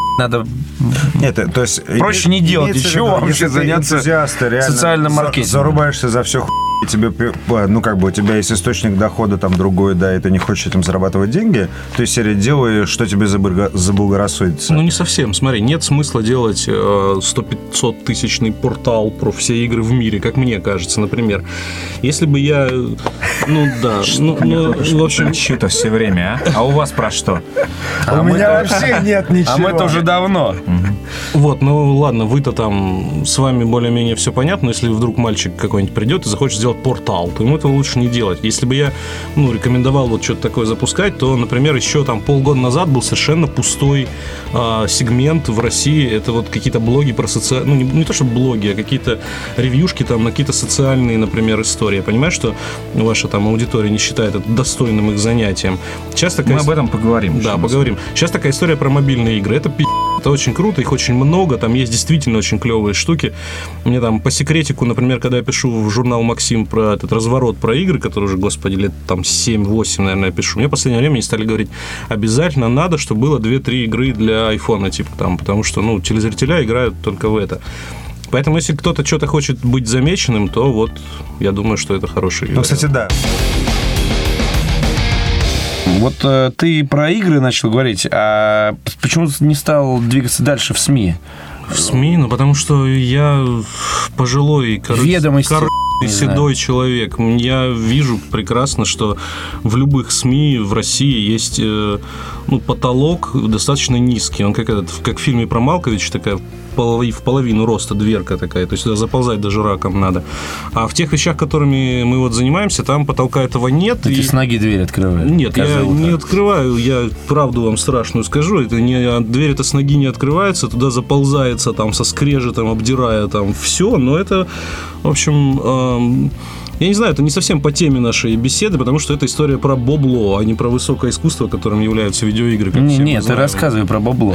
надо... Нет, то есть... Проще не делать ничего, вообще заняться социальным маркетингом. Зарубаешься за все хуй, и тебе, ну, как бы, у тебя есть источник дохода там другой, да, и ты не хочешь этим зарабатывать деньги, то есть, серия, делай, что тебе заблагорассудится. Ну, не совсем. Смотри, нет смысла делать сто-пятьсот тысячный портал про все игры в мире, как мне кажется, например. Если бы я... Ну, да. Ну, ну, в общем... Что-то все время, а? А у вас про что? У меня вообще нет ничего. А мы-то уже давно. Вот, ну, ладно, вы-то там, с вами более-менее все понятно, но если вдруг мальчик какой-нибудь придет и захочет сделать портал, то ему этого лучше не делать. Если бы я, ну, рекомендовал вот что-то такое запускать, то, например, еще там полгода назад был совершенно пустой э, сегмент в России. Это вот какие-то блоги про социальные... Ну, не, не то, что блоги, а какие-то ревьюшки там на какие-то социальные, например, истории. Я понимаю, что ваша там аудитория не считает это достойным их занятием. Сейчас такая... Мы об этом поговорим. Да, поговорим. Сейчас такая история про мобильные игры. Это пи***. Это очень круто, их очень много, там есть действительно очень клевые штуки. Мне там по секретику, например, когда я пишу в журнал «Максим» про этот разворот, про игры, который уже, господи, лет там семь-восемь, наверное, я пишу, мне в последнее время они стали говорить, обязательно надо, чтобы было две-три игры для айфона, типа там, потому что, ну, телезрителя играют только в это. Поэтому, если кто-то что-то хочет быть замеченным, то вот, я думаю, что это хорошая игра. Ну, кстати, да. Вот э, ты про игры начал говорить, а почему не стал двигаться дальше в СМИ? В СМИ? Ну, потому что я пожилой, кор... Ведомости, кор... седой человек. Я вижу прекрасно, что в любых СМИ в России есть э, ну, потолок достаточно низкий. Он как, этот, как в фильме про Малковича, такая в половину роста дверка такая, то есть туда заползать даже раком надо. А в тех вещах, которыми мы вот занимаемся, там потолка этого нет. Ты и... с ноги дверь открываешь? Нет, я утро. не открываю, я правду вам страшную скажу, это не, дверь это с ноги не открывается, туда заползается там со скрежетом, обдирая там все, но это, в общем... Эм... Я не знаю, это не совсем по теме нашей беседы, потому что это история про бабло, а не про высокое искусство, которым являются видеоигры. Как не, нет, ты рассказывай про бабло.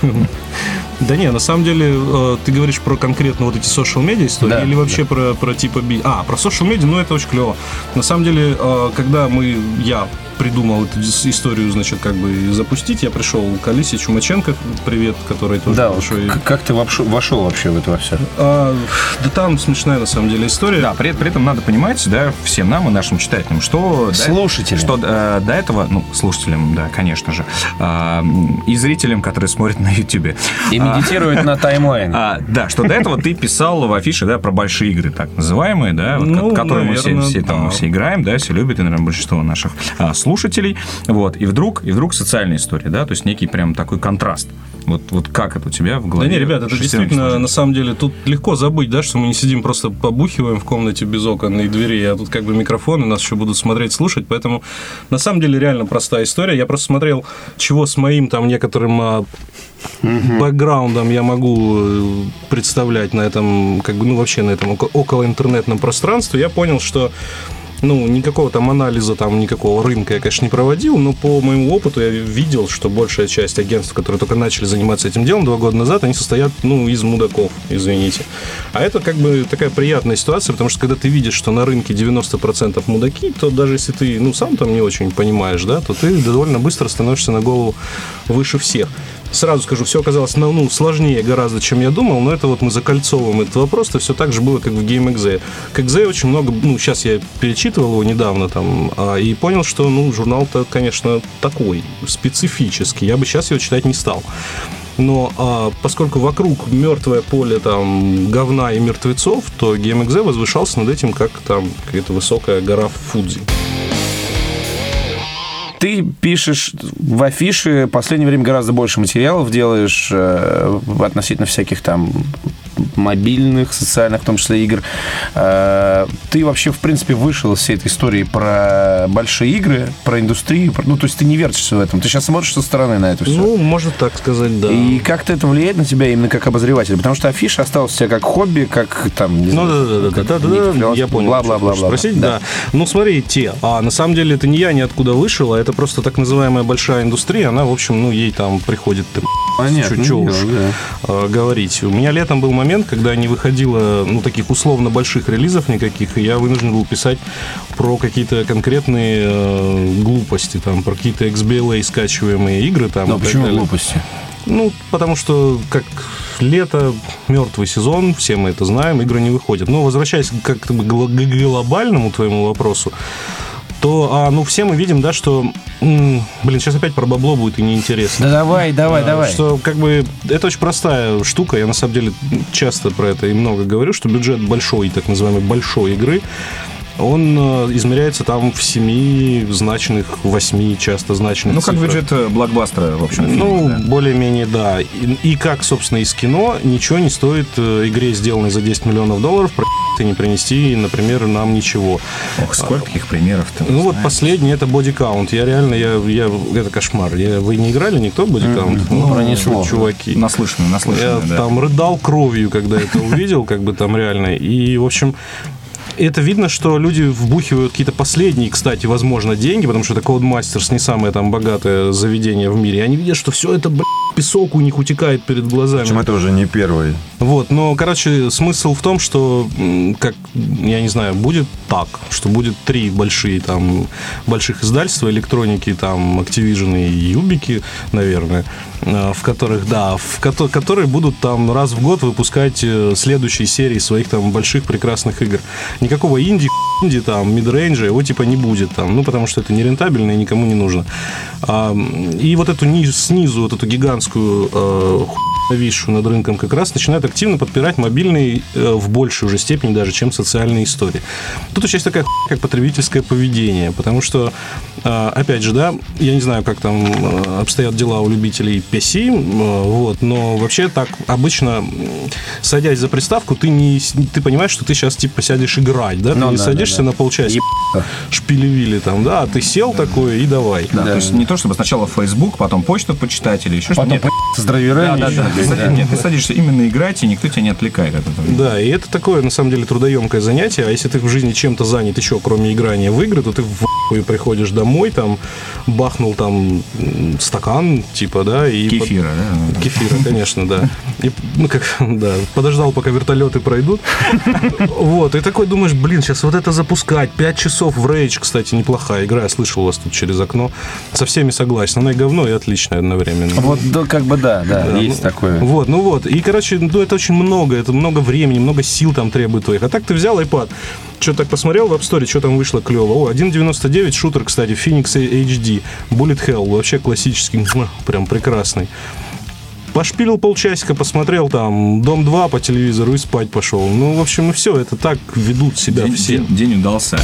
Да не, на самом деле, ты говоришь про конкретно вот эти social-медиа истории, да, или вообще да. про, про типа... Би... А, про social-медиа, ну это очень клево. На самом деле, когда мы, я придумал эту историю, значит, как бы запустить, я пришел к Алисе Чумаченко, привет, который тоже да, большой... Как ты вошел, вошел вообще в это все? А, да там смешная, на самом деле, история. Да, при, при этом надо понимать, да, всем нам и нашим читателям, что... Слушателям. Что э, до этого, ну, слушателям, да, конечно же, э, и зрителям, которые смотрят на Ютубе. И медитируют а, на таймлайн. А, да, что до этого ты писал в афише, да, про большие игры, так называемые, да, вот, ну, которые наверное, мы все, все, да. там, все играем, да, все любят, и, наверное, большинство наших а, слушателей. Вот, и вдруг, и вдруг социальная история, да, то есть некий прям такой контраст. Вот, вот как это у тебя в голове? Да не, ребята, это действительно, сложно. На самом деле, тут легко забыть, да, что мы не сидим просто побухиваем в комнате без окон и дверей, а тут как бы микрофоны, нас еще будут смотреть, слушать, поэтому на самом деле реально простая история. Я просто смотрел, чего с моим там некоторым а, бэкграундом я могу представлять на этом, как бы, ну, вообще на этом околоинтернетном пространстве. Я понял, что ну, никакого там анализа, там, никакого рынка я, конечно, не проводил, но по моему опыту я видел, что большая часть агентств, которые только начали заниматься этим делом два года назад, они состоят, ну, из мудаков, извините. А это как бы такая приятная ситуация, потому что когда ты видишь, что на рынке девяносто процентов мудаки, то даже если ты, ну, сам там не очень понимаешь, да, то ты довольно быстро становишься на голову выше всех. Сразу скажу, все оказалось ну, сложнее гораздо, чем я думал, но это вот мы закольцовываем этот вопрос, то все так же было, как в GameXZ. К Экзе очень много, ну, сейчас я перечитывал его недавно там, а, и понял, что, ну, журнал-то, конечно, такой, специфический, я бы сейчас его читать не стал. Но а, поскольку вокруг мертвое поле там говна и мертвецов, то GameXZ возвышался над этим, как там какая-то высокая гора Фудзи. Ты пишешь в афише в последнее время гораздо больше материалов делаешь э, относительно всяких там мобильных, социальных, в том числе игр. Э, ты вообще, в принципе, вышел из всей этой истории про большие игры, про индустрию. Про, ну, то есть ты не вертишься в этом. Ты сейчас смотришь со стороны на это все. Ну, можно так сказать, да. И как-то это влияет на тебя именно как обозреватель? Потому что афиша осталась у тебя как хобби, как там... Не ну, да-да-да, я понял. Бла-бла-бла. Спросить, да. да. Ну, смотри, те. А на самом деле это не я ниоткуда вышел, а это просто так называемая большая индустрия, она, в общем, ну, ей там приходит Понятно, чё, чё уж да. э, говорить. У меня летом был момент, когда не выходило, ну, таких условно больших релизов никаких, и я вынужден был писать про какие-то конкретные э, глупости, там, про какие-то икс би эл эй скачиваемые игры. Там, Но и так почему далее. глупости? Ну, потому что, как лето, мертвый сезон, все мы это знаем, игры не выходят. Но возвращаясь как-то к глобальному твоему вопросу, то, а, ну, все мы видим, да, что, м, блин, сейчас опять про бабло будет и неинтересно. Да давай, давай, А, давай. Что, как бы, это очень простая штука, я, на самом деле, часто про это и много говорю, что бюджет большой, так называемой большой игры, он э, измеряется там в семи значных, восьми часто значных Ну, как цифрах. бюджет э, блокбастера, в общем, Ну, фильма, да. более-менее, да. И, и как, собственно, из кино ничего не стоит э, игре, сделанной за десять миллионов долларов, про и не принести, например, нам ничего. Ох, сколько таких примеров-то. Ну, вот последний это Body Count. Я реально, я, я, это кошмар. Я, вы не играли никто в Body Count? Ну, пронесло. Чуваки. Наслышанный, Я наслышанный, да. там рыдал кровью, когда это увидел, как бы там реально. И, в общем, это видно, что люди вбухивают какие-то последние, кстати, возможно, деньги, потому что это Codemasters не самое там богатое заведение в мире. И они видят, что все это, блядь, песок у них утекает перед глазами. Причем это уже не первый. Вот, но, короче, смысл в том, что, м, как, я не знаю, будет так, что будет три большие там, больших издательства электроники, там, Activision и Юбики, наверное, э, в которых, да, в ко- которые будут там раз в год выпускать э, следующие серии своих там больших прекрасных игр. Никакого инди, инди там, мидрейнджа его типа не будет там, ну, потому что это нерентабельно и никому не нужно. А, и вот эту низ, снизу, вот эту гигантскую э, нависшую над рынком как раз начинают активно подпирать мобильные э, в большей уже степени даже, чем социальные истории. Тут еще есть такая хуйня, как потребительское поведение, потому что, э, опять же, да, я не знаю, как там э, обстоят дела у любителей пи си, э, вот, но вообще так обычно, садясь за приставку, ты, не, ты понимаешь, что ты сейчас типа сядешь играть, да, ты Ну, не да, садишься да, да. на полчасика, шпилевили там, да, а ты сел такой и давай. Да, то есть не то, чтобы сначала Facebook, потом почту почитать или еще Потом что-то. Нет, с драйверами да, да, еще. да. Ты садишься- Нет, ты садишься именно играть, и никто тебя не отвлекает от этого. Да, и это такое, на самом деле, трудоемкое занятие, а если ты в жизни чем-то занят еще, кроме играния в игры, то ты в и приходишь домой, там, бахнул там м, стакан, типа, да, и... под- Кефира, да? Кефира, конечно, да. И, ну, как, да, подождал, пока вертолеты пройдут. Вот, и такой думаешь, блин, сейчас вот это запускать. Пять часов в Rage, кстати, неплохая игра. Я слышал вас тут через окно. Со всеми согласен. Она и говно, и отличная одновременно. Вот, да, как бы да, да, Да, есть ну, такое. Вот, ну вот. И, короче, ну, это очень много. Это много времени, много сил там требует твоих. А так ты взял iPad, что так посмотрел в App Store, что там вышло клево. О, один девяносто девять шутер, кстати, Phoenix эйч ди. Bullet Hell, вообще классический, муа, прям прекрасный. Пошпилил полчасика, посмотрел там Дом два по телевизору и спать пошел. Ну, в общем, и все. Это так ведут себя День, все. день- день удался.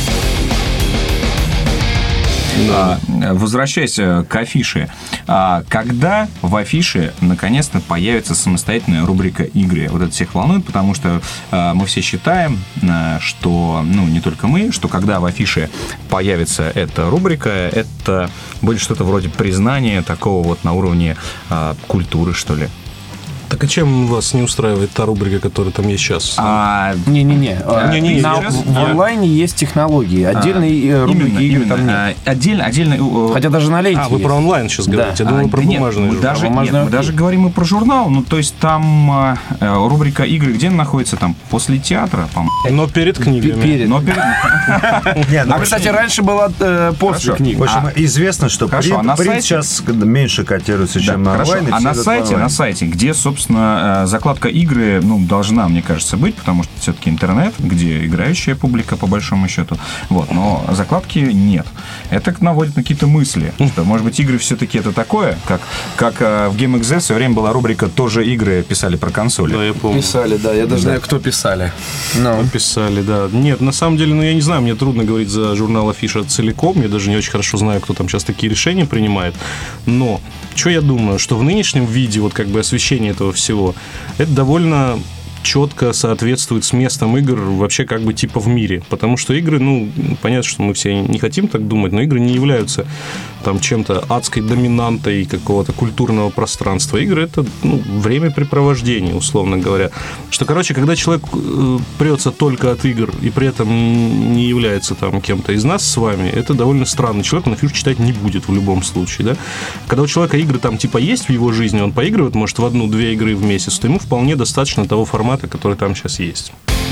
А, возвращаясь э, к афише. А, когда в афише наконец-то появится самостоятельная рубрика игры? Вот это всех волнует, потому что э, мы все считаем, э, что, ну, не только мы, что когда в афише появится эта рубрика, это будет что-то вроде признания такого вот на уровне э, культуры, что ли. Так а чем вас не устраивает та рубрика, которая там есть сейчас? А, Не-не-не. а, Не-не-не, на- сейчас В я- онлайне есть технологии. Отдельной э, рубрики именно, игр именно. там нет. А, отдельно, отдельно. э, Хотя даже на ленте А, вы есть. про онлайн сейчас Да. говорите. Я думал, А, про да нет, бумажный мы журнал. даже, Бумажный нет, мы окей. даже говорим и про журнал, ну, то есть там а, э, рубрика игры, где она находится, там, после театра, по-моему. Но перед книгами. Перед. Но перед- Не, ну, А, кстати, раньше была э, после Хорошо. книг. в общем, А, известно, что хорошо, принт, а на принт сайте- сейчас меньше котируется, Да, чем на хорошо. онлайн. и А все на идут в сайте, онлайн. на сайте, где, собственно, э, закладка игры, ну, должна, мне кажется, быть, потому что все-таки интернет, где играющая публика, по большому счету. Вот, но закладки нет. Это наводит на какие-то мысли, что, может быть, игры все-таки это такое, как, как э, в GameXZ в свое время была рубрика «Тоже игры писали про консоли». Да, я помню. Писали, да. Я даже знаю, кто писали. Ну, Писали, да. Нет, на самом деле, ну, я не знаю, мне трудно говорить за журнал Афиша целиком, я даже не очень хорошо знаю, кто там сейчас такие решения принимает, но что я думаю, что в нынешнем виде, вот как бы освещение этого всего, это довольно четко соответствует с местом игр вообще как бы типа в мире. Потому что игры, ну, понятно, что мы все не хотим так думать, но игры не являются там чем-то адской доминантой какого-то культурного пространства. Игры — это, ну, времяпрепровождение, условно говоря. Что, короче, когда человек э, прется только от игр и при этом не является там кем-то из нас с вами, это довольно странно. Человек на фьюз читать не будет в любом случае, да? Когда у человека игры там типа есть в его жизни, он поигрывает, может, в одну-две игры в месяц, то ему вполне достаточно того формата, который там сейчас есть.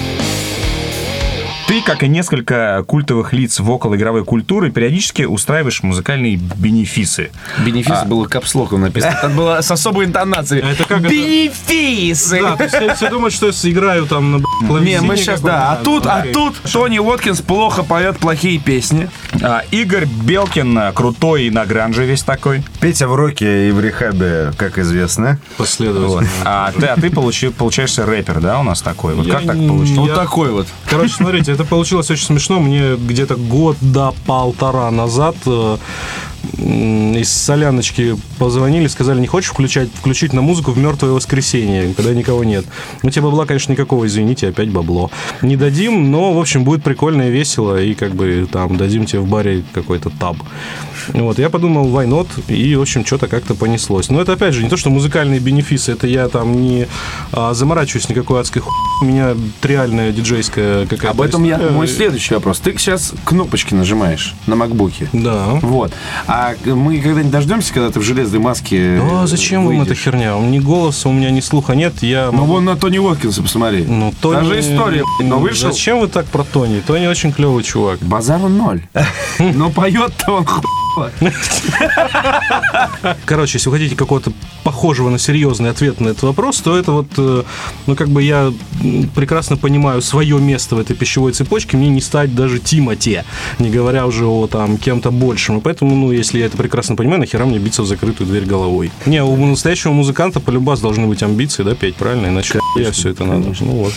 Ты, как и несколько культовых лиц в околоигровой культуре, периодически устраиваешь музыкальные бенефисы. Бенефис А. было капслоком написано. Это было с особой интонацией. А это как это? Бенефисы! Да, то есть я все думают, что я играю там на клавесине. Не, мы сейчас, да. А тут, а тут Тони Уоткинс плохо поет плохие песни. А, Игорь Белкин крутой и на гранже весь такой. Петя в роке и в рехабе, как известно. Последовательно. А ты, а ты получи, получаешься рэпер, да, у нас такой? Вот Я как так не- получилось? Вот Я- такой вот. Короче, смотрите, это получилось очень смешно. Мне где-то год до полтора назад э, м, из Соляночки позвонили, сказали, не хочешь включать, включить на музыку в «Мертвое воскресенье», когда никого нет. Ну, тебе бабла, конечно, никакого, извините, опять бабло. Не дадим, но, в общем, будет прикольно и весело, и как бы там дадим тебе в баре какой-то таб. Вот, я подумал, why not? И, в общем, что-то как-то понеслось. Но это, опять же, не то, что музыкальные бенефисы, это я там не а, заморачиваюсь никакой адской хуй. У меня реальная диджейская какая-то Об этом я, история. мой следующий вопрос. Ты сейчас кнопочки нажимаешь на макбуке. Да. Вот. А мы когда-нибудь дождемся, когда ты в железной маске. Ну, а зачем вам эта выйдешь? херня? У меня ни голоса, у меня ни слуха нет, я... Ну, вон на Тони Уоткинса посмотри. Ну, Тони... Та же история, блядь, но вышел. Зачем вы так про Тони? Тони очень клевый чувак. Базару ноль. Но поет-то он хуй. Короче, если вы хотите какого-то похожего на серьезный ответ на этот вопрос, то это вот, э, ну, как бы я м, прекрасно понимаю свое место в этой пищевой цепочке, мне не стать даже Тимати, не говоря уже о там кем-то большем. И поэтому, ну, если я это прекрасно понимаю, нахера мне биться в закрытую дверь головой? Не, у настоящего музыканта полюбас должны быть амбиции, да, петь, правильно? Иначе я все это надо. Ну вот.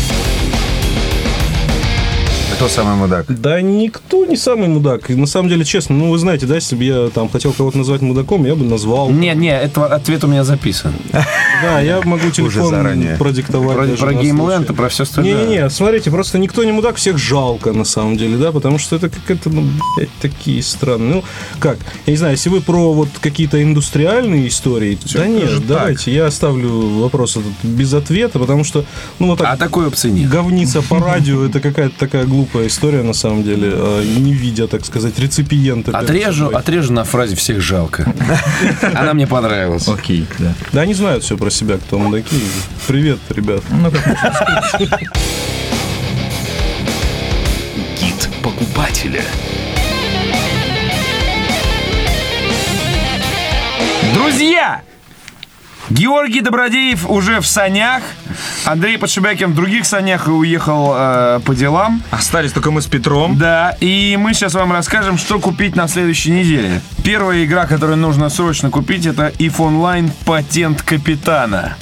Кто самый мудак? Да никто не самый мудак. И на самом деле, честно, ну, вы знаете, да, если бы я там хотел кого-то назвать мудаком, я бы назвал. Не, не, это ответ у меня записан. Да, я могу телефон заранее. продиктовать. Про, даже про на геймленд случай. и про все остальное. Не-не-не, смотрите, просто никто не мудак, всех жалко, на самом деле, да, потому что это как-то, ну, блядь, такие странные. Ну, как, я не знаю, если вы про вот какие-то индустриальные истории, да нет, давайте, я оставлю вопрос этот без ответа, потому что, ну, вот так... А такой опции нет. Говница по радио, это какая-то такая глупая история, на самом деле, не видя, так сказать, реципиента. перед Отрежу, собой. отрежу на фразе «всех жалко». Она мне понравилась. Окей, да. Да, они знают все про себя, кто мудаки. Привет, ребят. Гид покупателя. Друзья! Георгий Добродеев уже в санях. Андрей Подшибякин в других санях и уехал э, по делам. Остались только мы с Петром. Да, и мы сейчас вам расскажем, что купить на следующей неделе. Первая игра, которую нужно срочно купить, это иф Онлайн Патент Капитана.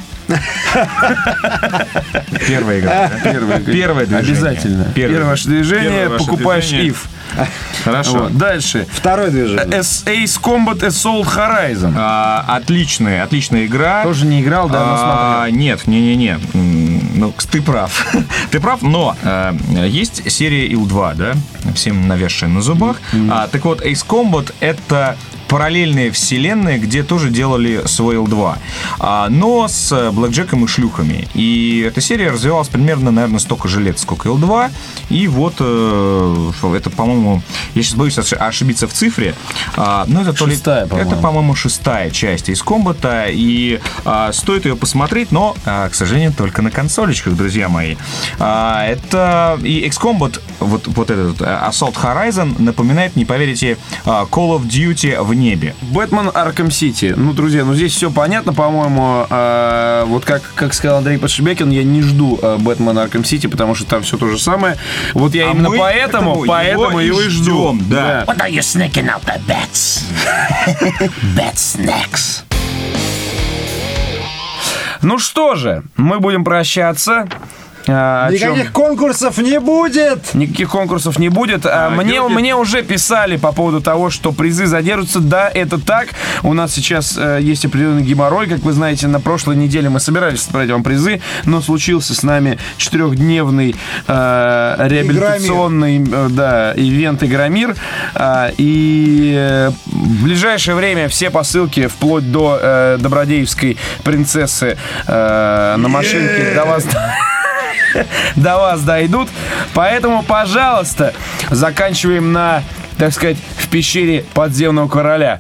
Первая игра. Первое, Первое движение. Обязательно. Первое. Первое ваше движение, Первое ваше покупаешь движение. иф. Хорошо. Вот. Дальше. Второе движение. Ace Combat Assault Horizon. А, отличная, отличная игра. Тоже не играл, да, но А, смотрел. нет, не-не-не. М, Ну, ты прав. Ты прав, но э, есть серия ил два, да? Всем навязшая на зубах. А, так вот, Ace Combat — это параллельная вселенная, где тоже делали свой ил два. А, но с блэкджеком и шлюхами. И эта серия развивалась примерно, наверное, столько же лет, сколько ил два. И вот э, это, по-моему, я сейчас боюсь ош- ошибиться в цифре. А, но это то ли- Шестая, по-моему. это, по-моему, шестая часть из комбата, и а, стоит ее посмотреть, но, а, к сожалению, только на консолечках, друзья мои. А, это и икс комбат, вот, вот этот а, Assault Horizon, напоминает, не поверите, а, Call of Duty в небе. Бэтмен Аркхэм Сити. Ну, друзья, ну здесь все понятно, по-моему. А, вот как, как сказал Андрей Подшибякин, я не жду а, Бэтмен Аркхэм Сити, потому что там все то же самое. Вот я А именно мы поэтому, поэтому поэтому его его и и жду. ждем, да. What are you sneaking out the bets? Bet snacks. Ну что же, мы будем прощаться. А, Никаких чем... конкурсов не будет! Никаких конкурсов не будет. А, мне, Георгий... мне уже писали по поводу того, что призы задержатся. Да, это так. У нас сейчас э, есть определенный геморрой. Как вы знаете, на прошлой неделе мы собирались собрать вам призы, но случился с нами четырехдневный э, реабилитационный э, да, ивент «Игромир». А, и э, в ближайшее время все посылки, вплоть до э, Добродеевской принцессы э, на машинке yeah. до вас... до вас дойдут. Поэтому, пожалуйста, заканчиваем на, так сказать, в пещере подземного короля.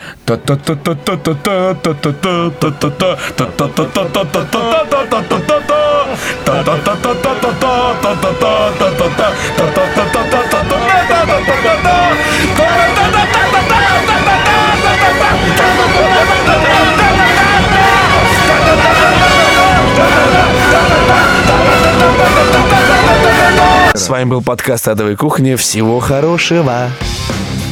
С вами был подкаст «Адовой кухни». Всего хорошего.